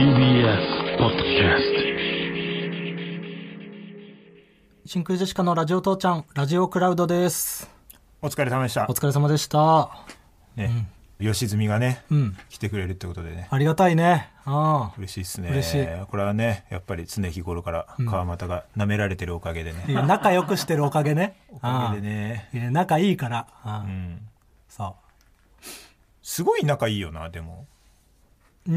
TBS ポッドキャスト。 真空ジェシカのラジオ父ちゃん、ラジオクラウドです。 お疲れ様でした。 お疲れ様でした。 ね、吉住がね、 うん、 来てくれるってことでね。 ありがたいね。 嬉しいですね。 嬉しい。 これはね、やっぱり常日頃から川又が舐められてるおかげでね。 いや仲良くしてるおかげね。 おかげでね。 いや仲いいから。そう。 すごい仲いいよな、でも。 うん、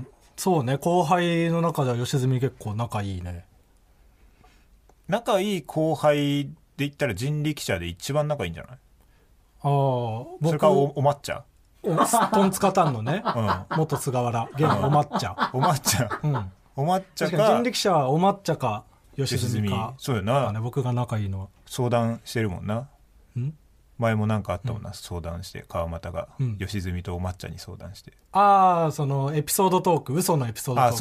そうね。後輩の中では吉住結構仲いいね。 仲いい後輩で言ったら人力車で一番仲いいんじゃない？ 僕それからお抹茶。 トンツカタンのね、元菅原現お抹茶。 お抹茶。お抹茶か。 人力車はお抹茶か吉住か。 そうよな。 僕が仲いいのは。 相談してるもんな。前もなんかあったもんな、相談して川又が吉住とお抹茶に相談して、 そのエピソードトーク、嘘のエピソードトーク。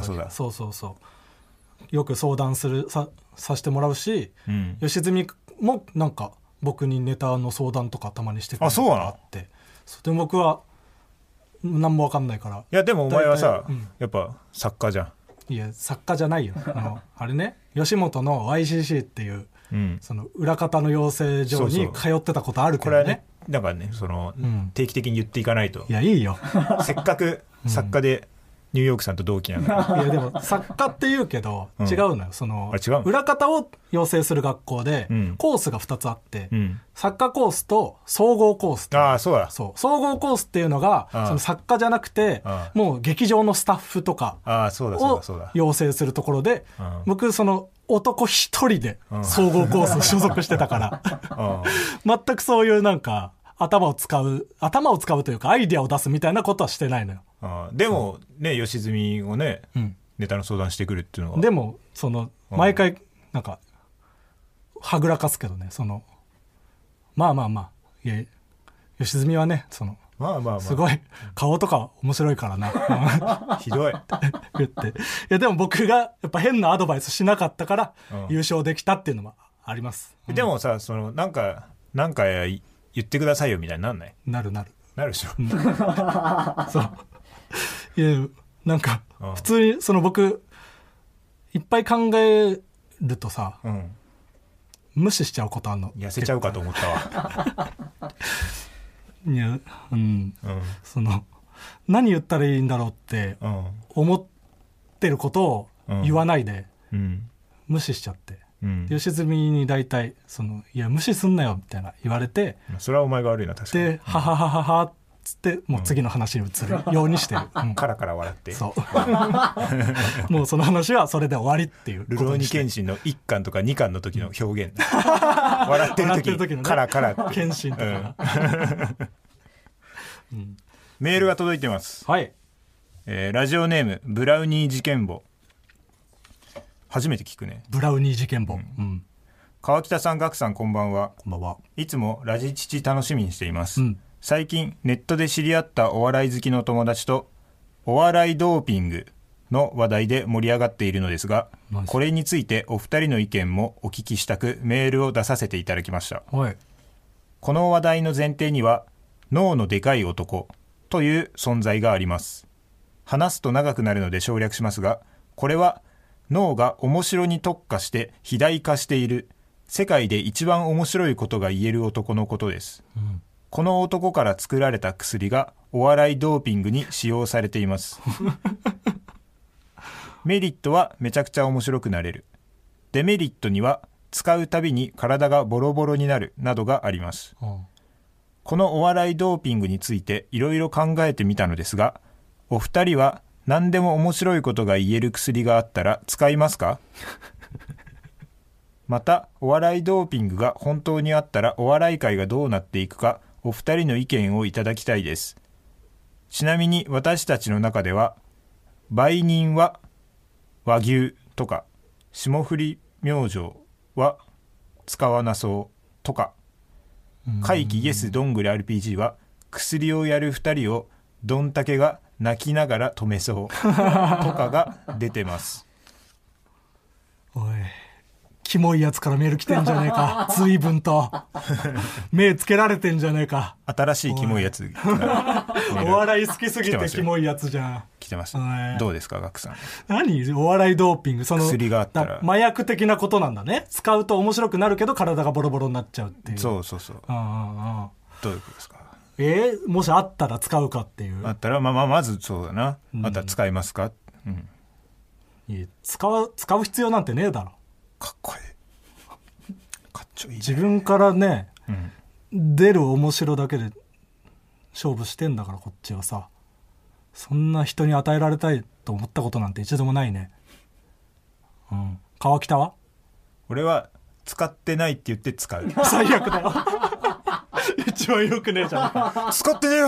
そうよく相談させてもらうし、吉住もなんか僕にネタの相談とかたまにしてくれるのがあって、でも僕は何も分かんないから。 いやでもお前はさ、やっぱ作家じゃん。 いや作家じゃないよ。あれね、吉本の YCC っていう、その裏方の養成所に通ってたことあるけどね。 これはね、だからね、その、定期的に言っていかないと。 いやいいよ。 せっかく作家でニューヨークさんと同期なんだ。 いやでも作家って言うけど違うのよ。その違う裏方を養成する学校でコースが2つあって、作家コースと総合コース。 そうだ。 総合コースっていうのがその作家じゃなくてもう劇場のスタッフとかを養成するところで、僕その男一人で総合コース所属してたから全くそういうなんか頭を使うというかアイデアを出すみたいなことはしてないのよ。 でもね、吉住をね、ネタの相談してくるっていうのは。 でもその毎回なんかはぐらかすけどね、そのまあいや吉住はね、そのすごい顔とか面白いからなひどい言って、いやでも僕がやっぱ変なアドバイスしなかったから優勝できたっていうのもあります。 でもさ、そのなんか言ってくださいよみたいになんない？なるでしょ。 そういやなんか普通にその僕いっぱい考えるとさ、無視しちゃうことあんの。 痩せちゃうかと思ったわいやその何言ったらいいんだろうって思ってることを言わないで無視しちゃって、吉住に大体そのいや無視すんなよみたいな言われて、 それはお前が悪いな。確かに。 ではははははつってもう次の話に移るようにしてる。 カラカラ笑って。 そうもうその話はそれで終わりっていう。 ルローニケンシンの1巻とか2巻の時の表現笑ってる時の、ね、カラカラってケンシンとかが、 メールが届いてます。 はい。 ラジオネームブラウニー事件簿。初めて聞くね。 ブラウニー事件簿。 川北さん、ガクさん、こんばんは。 こんばんは。 いつもラジ父楽しみにしています。最近ネットで知り合ったお笑い好きの友達とお笑いドーピングの話題で盛り上がっているのですが、これについてお二人の意見もお聞きしたくメールを出させていただきました。この話題の前提には脳のでかい男という存在があります。話すと長くなるので省略しますが、これは脳が面白に特化して肥大化している世界で一番面白いことが言える男のことです。この男から作られた薬がお笑いドーピングに使用されていますメリットはめちゃくちゃ面白くなれる。デメリットには使うたびに体がボロボロになるなどがあります。このお笑いドーピングについていろいろ考えてみたのですが、お二人は何でも面白いことが言える薬があったら使いますかまたお笑いドーピングが本当にあったらお笑い界がどうなっていくか、お二人の意見をいただきたいです。ちなみに私たちの中では売人は和牛とか霜降り明星は使わなそうとか、怪奇イエスどんぐり RPG は薬をやる二人をどんたけが泣きながら止めそうとかが出てますおいキモいやつからメール来てんじゃねえか随分と目つけられてんじゃねえか。 新しいキモいやつお笑い好きすぎてキモいやつじゃん。 来来てます。どうですか、ガクさん。 何お笑いドーピング、その薬があったら麻薬的なことなんだね。使うと面白くなるけど体がボロボロになっちゃうっていう。 そうそうそう。どういうことですか。 もしあったら使うかっていう。 あったらまずそうだな、あったら使いますか。 いや使う必要なんてねえだろ。 かっこいい、かっちょいい、ね、 自分からね、出る面白だけで勝負してんだから、こっちはさ。そんな人に与えられたいと思ったことなんて一度もないね。川北は？ 俺は使ってないって言って使う。 最悪だよ。一番よくねえじゃんか。 使ってねえよ。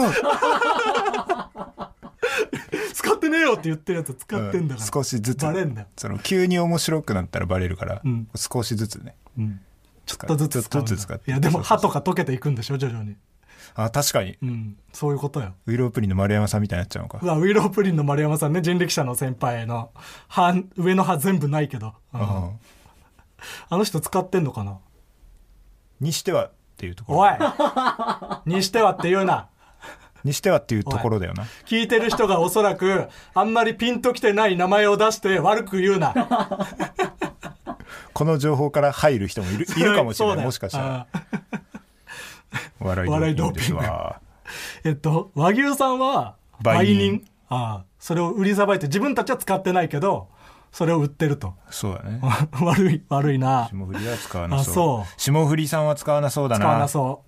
使ってねえよって言ってるやつ使ってんだから、 少しずつバレんだよ。 その急に面白くなったらバレるから、少しずつね、 ちょっとずつ使って。いやでも歯とか溶けていくんでしょ、徐々に。 あ、確かに、 そういうことよ。 ウイロープリンの丸山さんみたいになっちゃうのか。 ウイロープリンの丸山さんね、人力車の先輩の上の歯全部ないけど、あの人使ってんのかな。 にしてはっていうところ。 おいにしてはって言うな。 にしてはっていうところだよな。 聞いてる人がおそらくあんまりピンときてない名前を出して悪く言うな。 この情報から入る人もいるかもしれない。もしかしたら笑いドーピングですわ。 和牛さんは売人。それを売りさばいて、自分たちは使ってないけどそれを売ってると。 そうだね。 悪いな。 霜降りは使わなそう。霜降りさんは使わなそうだな。 使わなそう。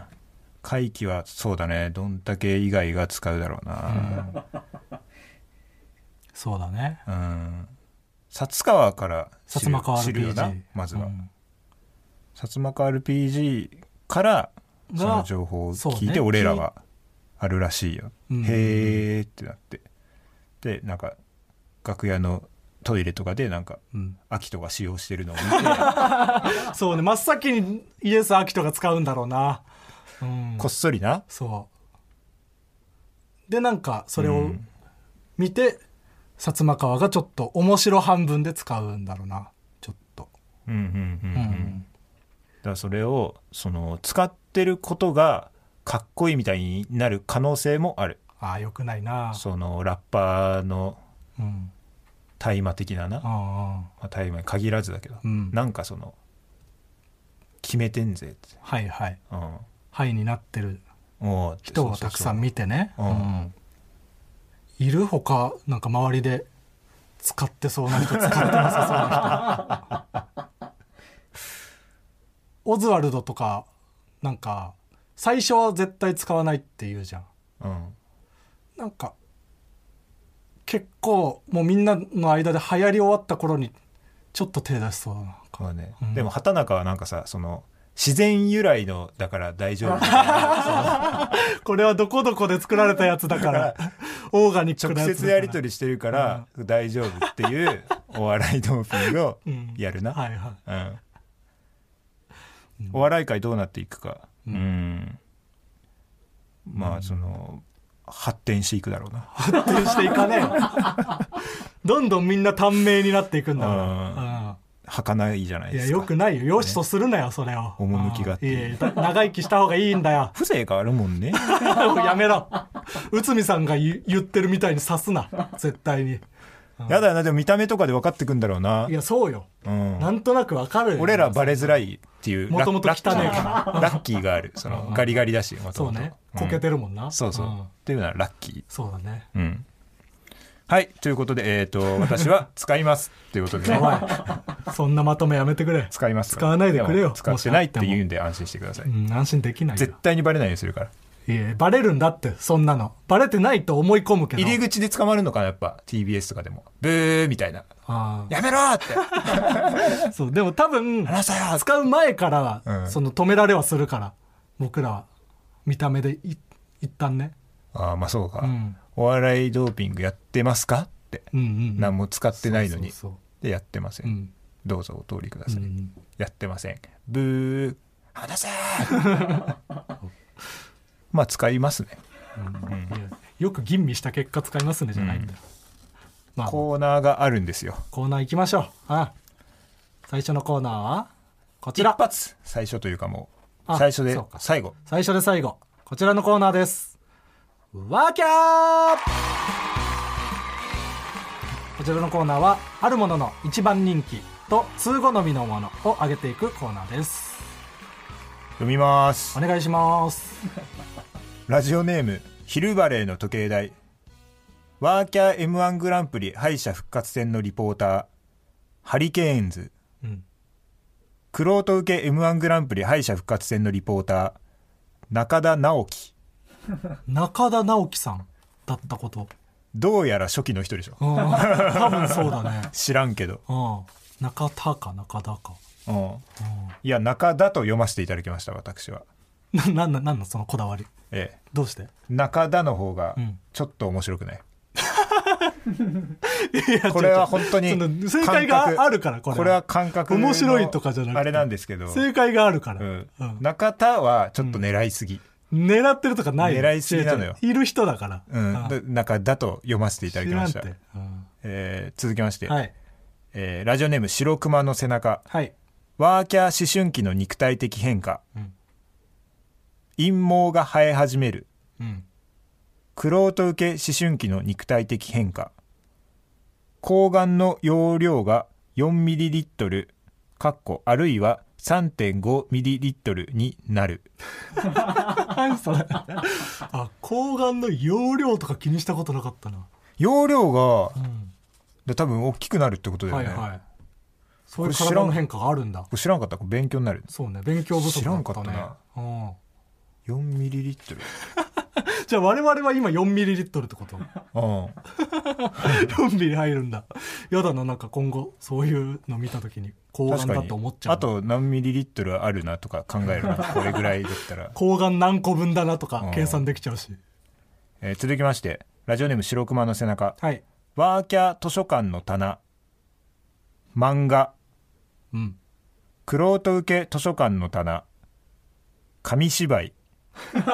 怪奇はそうだね。どんだけ以外が使うだろうな。 そうだね。 薩川から知るよな、まずは。薩摩川 RPG からその情報を聞いて、俺らはあるらしいよ。へーってなって。で、なんか、楽屋のトイレとかでなんか、秋人が使用してるのを見て。 そうね、真っ先にイエス秋人が使うんだろうな。 こっそりな。 そうで、なんかそれを見て、薩摩川がちょっと面白半分で使うんだろうな、ちょっと。 だからそれを使ってることがかっこいいみたいになる可能性もある。 よくないな。 そのラッパーの大麻的なな、大麻に限らずだけど、なんか決めてんぜって。ハイになってる人をたくさん見てね。いる他、なんか周りで使ってそうな人、使ってなさそうな人。オズワルドとか、なんか最初は絶対使わないって言うじゃん。なんか結構もうみんなの間で流行り終わった頃にちょっと手出しそうだな。 でも畑中はなんかさ、自然由来のだから大丈夫。 これはどこどこで作られたやつだからオーガニックなやつだから、 直接やり取りしてるから大丈夫っていうお笑いドーピングをやるな。お笑い界どうなっていくか、まあ発展していくだろうな。 発展していかねえ。どんどんみんな短命になっていくんだから。 儚いじゃないですか。 いや、よくないよ。よしとするなよ、それを。 趣があって。 長生きした方がいいんだよ。 風情があるもんね。 やめろ。内海さんが言ってるみたいに刺すな。絶対に。 やだよな。でも見た目とかで分かってくんだろうな。 いや、そうよ。なんとなく分かるよ。 俺らバレづらいっていう。 もともと汚ねえから。 ラッキーがある。ガリガリだし。 そうね。こけてるもんな。 そうそう。っていうのはラッキー。 そうだね。 はい。ということで、私は使います。ということでね。 そんなまとめやめてくれ。 使います。 使わないでくれよ。 使ってないって言うんで安心してください。 安心できないよ。 絶対にバレないようにするから。 いや、バレるんだって、そんなの。バレてないと思い込むけど。 入り口で捕まるのかな、やっぱ。TBS とかでも。ブーみたいな。やめろって。 そう、でも多分、使う前から、止められはするから。僕らは。見た目で一旦ね。 まあそうか。お笑いドーピングやってますかって。何も使ってないのに。で、やってません。どうぞお通りください。やってません。ブー。話せー。まあ使いますね。 よく吟味した結果使いますねじゃないんだよ。 コーナーがあるんですよ。 コーナー行きましょう。最初のコーナーはこちら。 一発最初というかもう最初で最後。 最初で最後。こちらのコーナーです。ワーキャー。 こちらのコーナーはあるものの一番人気と通好みのものを上げていくコーナーです。 読みます。 お願いします。 ラジオネーム昼バレーの時計台。ワーキャー M1 グランプリ敗者復活戦のリポーターハリケーンズ、クロート受け M1 グランプリ敗者復活戦のリポーター中田直樹。 中田直樹さんだったこと、 どうやら初期の人でしょ。 多分そうだね。 知らんけど。 中田か中田か。 いや中田と読ませていただきました私は。 なんのそのこだわり。どうして中田の方がちょっと面白くない？ いやこれは本当に正解があるから。 これは感覚面白いとかじゃなくてあれなんですけど、 正解があるから、 中田はちょっと狙いすぎ、 狙ってるとかない。 狙いすぎなのよ。 いる人だから、 中田と読ませていただきました。続きまして、ラジオネーム白熊の背中、ワーキャー思春期の肉体的変化、陰毛が生え始める、クロート受け思春期の肉体的変化、睾丸の容量が 4ml あるいは 3.5ml になる。 何それ。睾丸の容量とか気にしたことなかったな。 容量が、多分大きくなるってことだよね。 そういう体の変化があるんだ。 知らんかった。勉強になる。 そうね、勉強不足だったね。 知らんかったな。4ml。 じゃあ我々は今 4ml ってこと？4ミリ入るんだ。やだな、なんか今後そういうの見た時に睾丸だと思っちゃう。 あと何ミリリットルあるなとか考えるな。これぐらいだったら睾丸何個分だなとか計算できちゃうし。 続きましてラジオネーム白熊の背中、ワーキャー図書館の棚、漫画、クロート受け図書館の棚、紙芝居。 確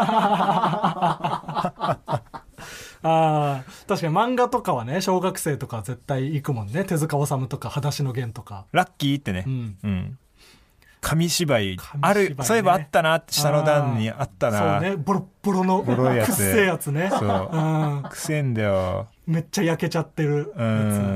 かに漫画とかはね、小学生とか絶対行くもんね。手塚治虫とか裸足の弦とか。 ラッキーってね。紙芝居ある、そういえばあったなって。下の段にあったな。 そうね、ボロッボロのくっせえやつね。 そうくせえんだよ。 めっちゃ焼けちゃってるやつ。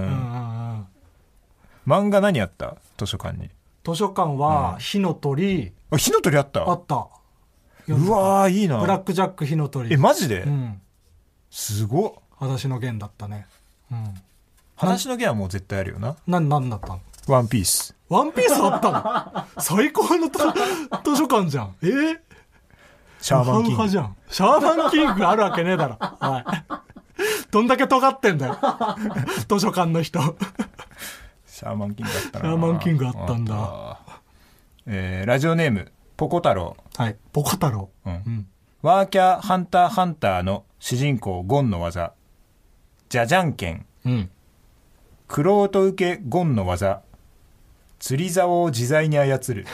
漫画何あった？図書館に。 図書館は火の鳥。 火の鳥あった？ あった。 うわー、いいな。 ブラックジャック火の鳥。 マジで？すごっ。 裸足の弦だったね。 裸足の弦はもう絶対あるよな。 なんだったの？ ワンピース。 ワンピースあったの？最高の図書館じゃん。 シャーマンキング。 じゃん。シャーマンキングあるわけねえだろ。どんだけ尖ってんだよ。図書館の人。 シャーマンキングあったな。 シャーマンキングあったんだ。 ラジオネームポコ太郎。 ポコ太郎。 ワーキャーハンターハンターの主人公ゴンの技、じゃじゃんけん。クロート受けゴンの技、釣り竿を自在に操る。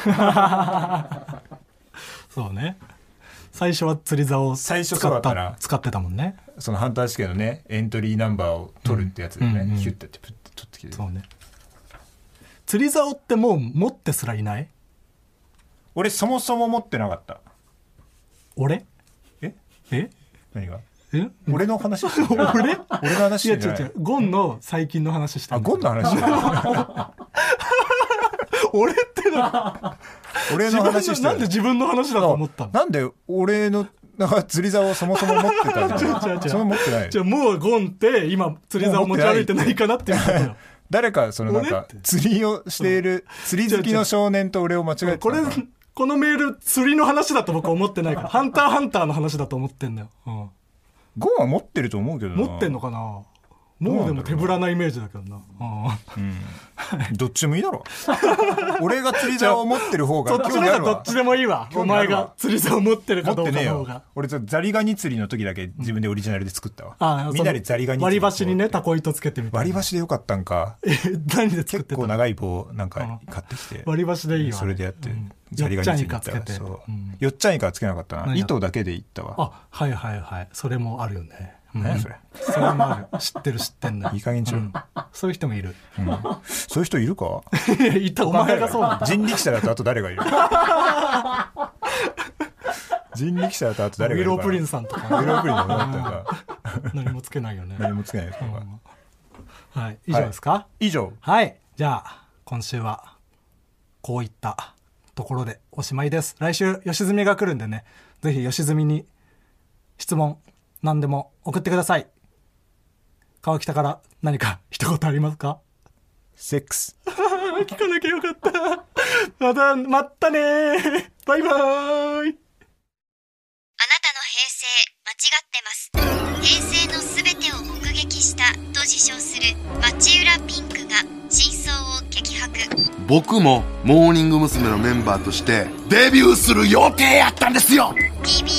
そうね。最初は釣り竿を使ってたもんね。 そのハンター試験のね、エントリーナンバーを取るってやつでね、ヒュッてやってプッて取ってきて。 そうね。釣り竿ってもう持ってすらいない？ 俺そもそも持ってなかった。 俺？ 何が？俺の話してる？俺の話してる？ 違う。ゴンの最近の話してる。 ゴンの話してる？ 俺って俺の話してる。 なんで自分の話だと思ったの？ なんで俺の釣り竿をそもそも持ってたんだよ。その持ってない。 じゃあもうゴンって今釣り竿を持ち歩いてないかなっていうことよ。 誰かそのなんか釣りをしている釣り好きの少年と俺を間違えてた。 このメール釣りの話だと僕は思ってないから。ハンターハンターの話だと思ってんだよ。 ゴンは持ってると思うけどな。 持ってんのかな。もうでも手ぶらなイメージだけどな。 どっちもいいだろ。俺が釣り竿を持ってる方が興味あるわ。 どっちでもいいわ。お前が釣り竿を持ってるかどうかの方が。 俺ザリガニ釣りの時だけ自分でオリジナルで作ったわ。みんなでザリガニ釣り。 割り箸にね、タコ糸つけてみた。 割り箸でよかったんか。 何で作ってた？ 結構長い棒なんか買ってきて。 割り箸でいいわ。 それでやってザリガニ釣り行ったわ。よっちゃんイカつけなかったな。糸だけで行ったわ。 はい。それもあるよね。 何それ？ それもある。知ってんだ。 いい加減にしろ。 そういう人もいる。 そういう人いるか？ いた。お前がそうなんだ。 人力車だとあと誰がいる？人力車だとあと誰がいるかな？ ウィロープリンさんとか。 ウィロープリンの思ったか。 何もつけないよね。 何もつけないですか？ はい、以上ですか？はい、 以上。 はい、じゃあ今週はこういったところでおしまいです。来週吉住が来るんでね、ぜひ吉住に質問何でも送ってください。川北から何か一言ありますか？ セックス聞かなきゃよかったまたねバイバーイ。あなたの平成間違ってます。平成のすべてを目撃したと自称する町浦ピンクが真相を激白。 僕もモーニング娘。のメンバーとしてデビューする予定やったんですよ。 TBS